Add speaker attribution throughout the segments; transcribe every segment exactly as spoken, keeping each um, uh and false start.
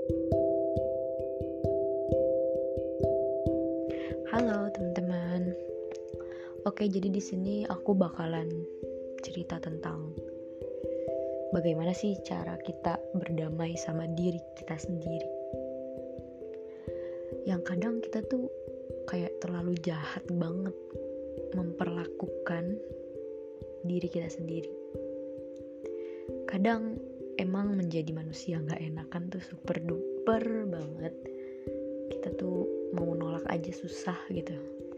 Speaker 1: Halo teman-teman. Oke, jadi di sini aku bakalan cerita tentang bagaimana sih cara kita berdamai sama diri kita sendiri. Yang kadang kita tuh kayak terlalu jahat banget memperlakukan diri kita sendiri. Kadang emang menjadi manusia gak enakan tuh super duper banget. Kita tuh mau nolak aja susah gitu.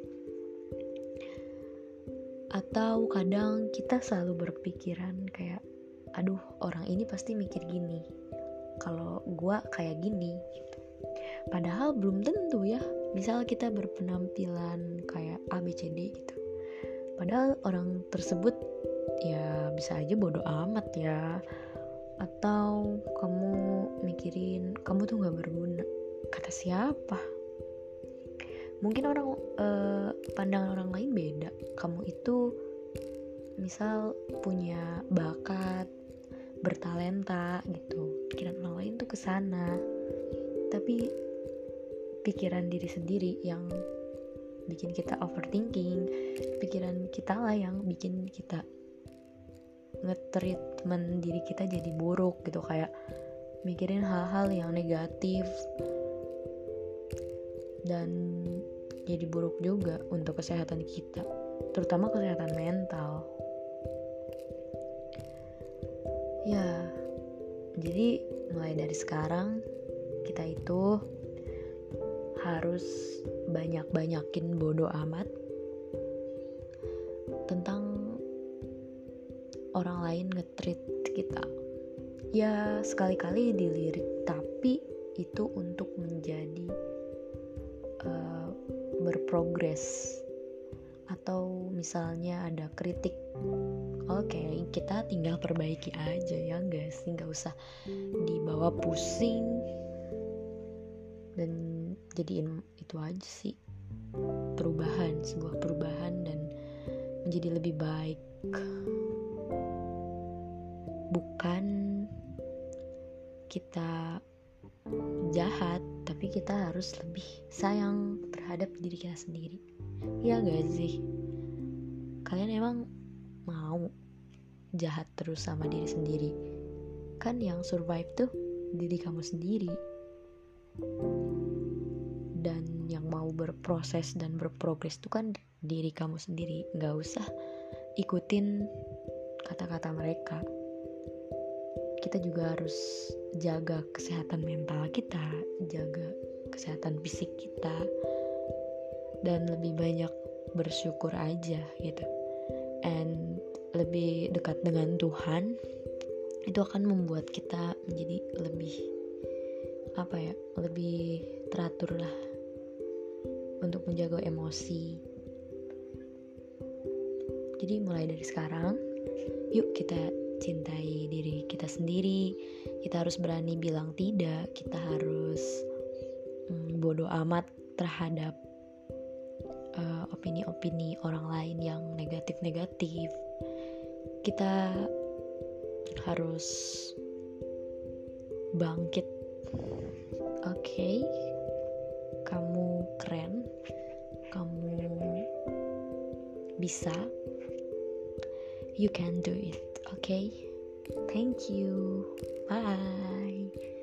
Speaker 1: Atau kadang kita selalu berpikiran kayak, aduh orang ini pasti mikir gini, kalau gua kayak gini gitu. Padahal belum tentu ya. Misal kita berpenampilan kayak A B C D gitu, padahal orang tersebut ya bisa aja bodoh amat ya. Atau kamu mikirin kamu tuh gak berguna. Kata siapa? Mungkin orang eh, pandangan orang lain beda. Kamu itu misal punya bakat, bertalenta gitu. Pikiran orang lain tuh kesana. Tapi pikiran diri sendiri yang bikin kita overthinking. Pikiran kita lah yang bikin kita nge-treatment diri kita jadi buruk gitu. Kayak mikirin hal-hal yang negatif dan jadi buruk juga untuk kesehatan kita, terutama kesehatan mental. Ya, jadi mulai dari sekarang kita itu harus banyak-banyakin bodo amat tentang orang lain nge-treat kita. Ya, sekali-kali dilirik, tapi itu untuk menjadi uh, berprogres. Atau misalnya ada kritik, oke okay, kita tinggal perbaiki aja ya guys, nggak usah dibawa pusing dan jadiin itu aja sih perubahan, sebuah perubahan dan menjadi lebih baik. Bukan kita jahat, tapi kita harus lebih sayang terhadap diri kita sendiri. Ya gak sih? Kalian emang mau jahat terus sama diri sendiri? Kan yang survive tuh diri kamu sendiri. Dan yang mau berproses dan berprogres tuh kan diri kamu sendiri. Gak usah ikutin kata-kata mereka. Kita juga harus jaga kesehatan mental kita, jaga kesehatan fisik kita, dan lebih banyak bersyukur aja gitu. And lebih dekat dengan Tuhan, itu akan membuat kita menjadi lebih apa ya, lebih teratur lah untuk menjaga emosi. Jadi mulai dari sekarang, yuk kita cintai diri kita sendiri. Kita harus berani bilang tidak. Kita harus mm, bodo amat terhadap uh, opini-opini orang lain yang negatif-negatif. Kita harus bangkit. Oke, okay? Kamu keren, kamu bisa. You can do it. Okay, thank you. Bye.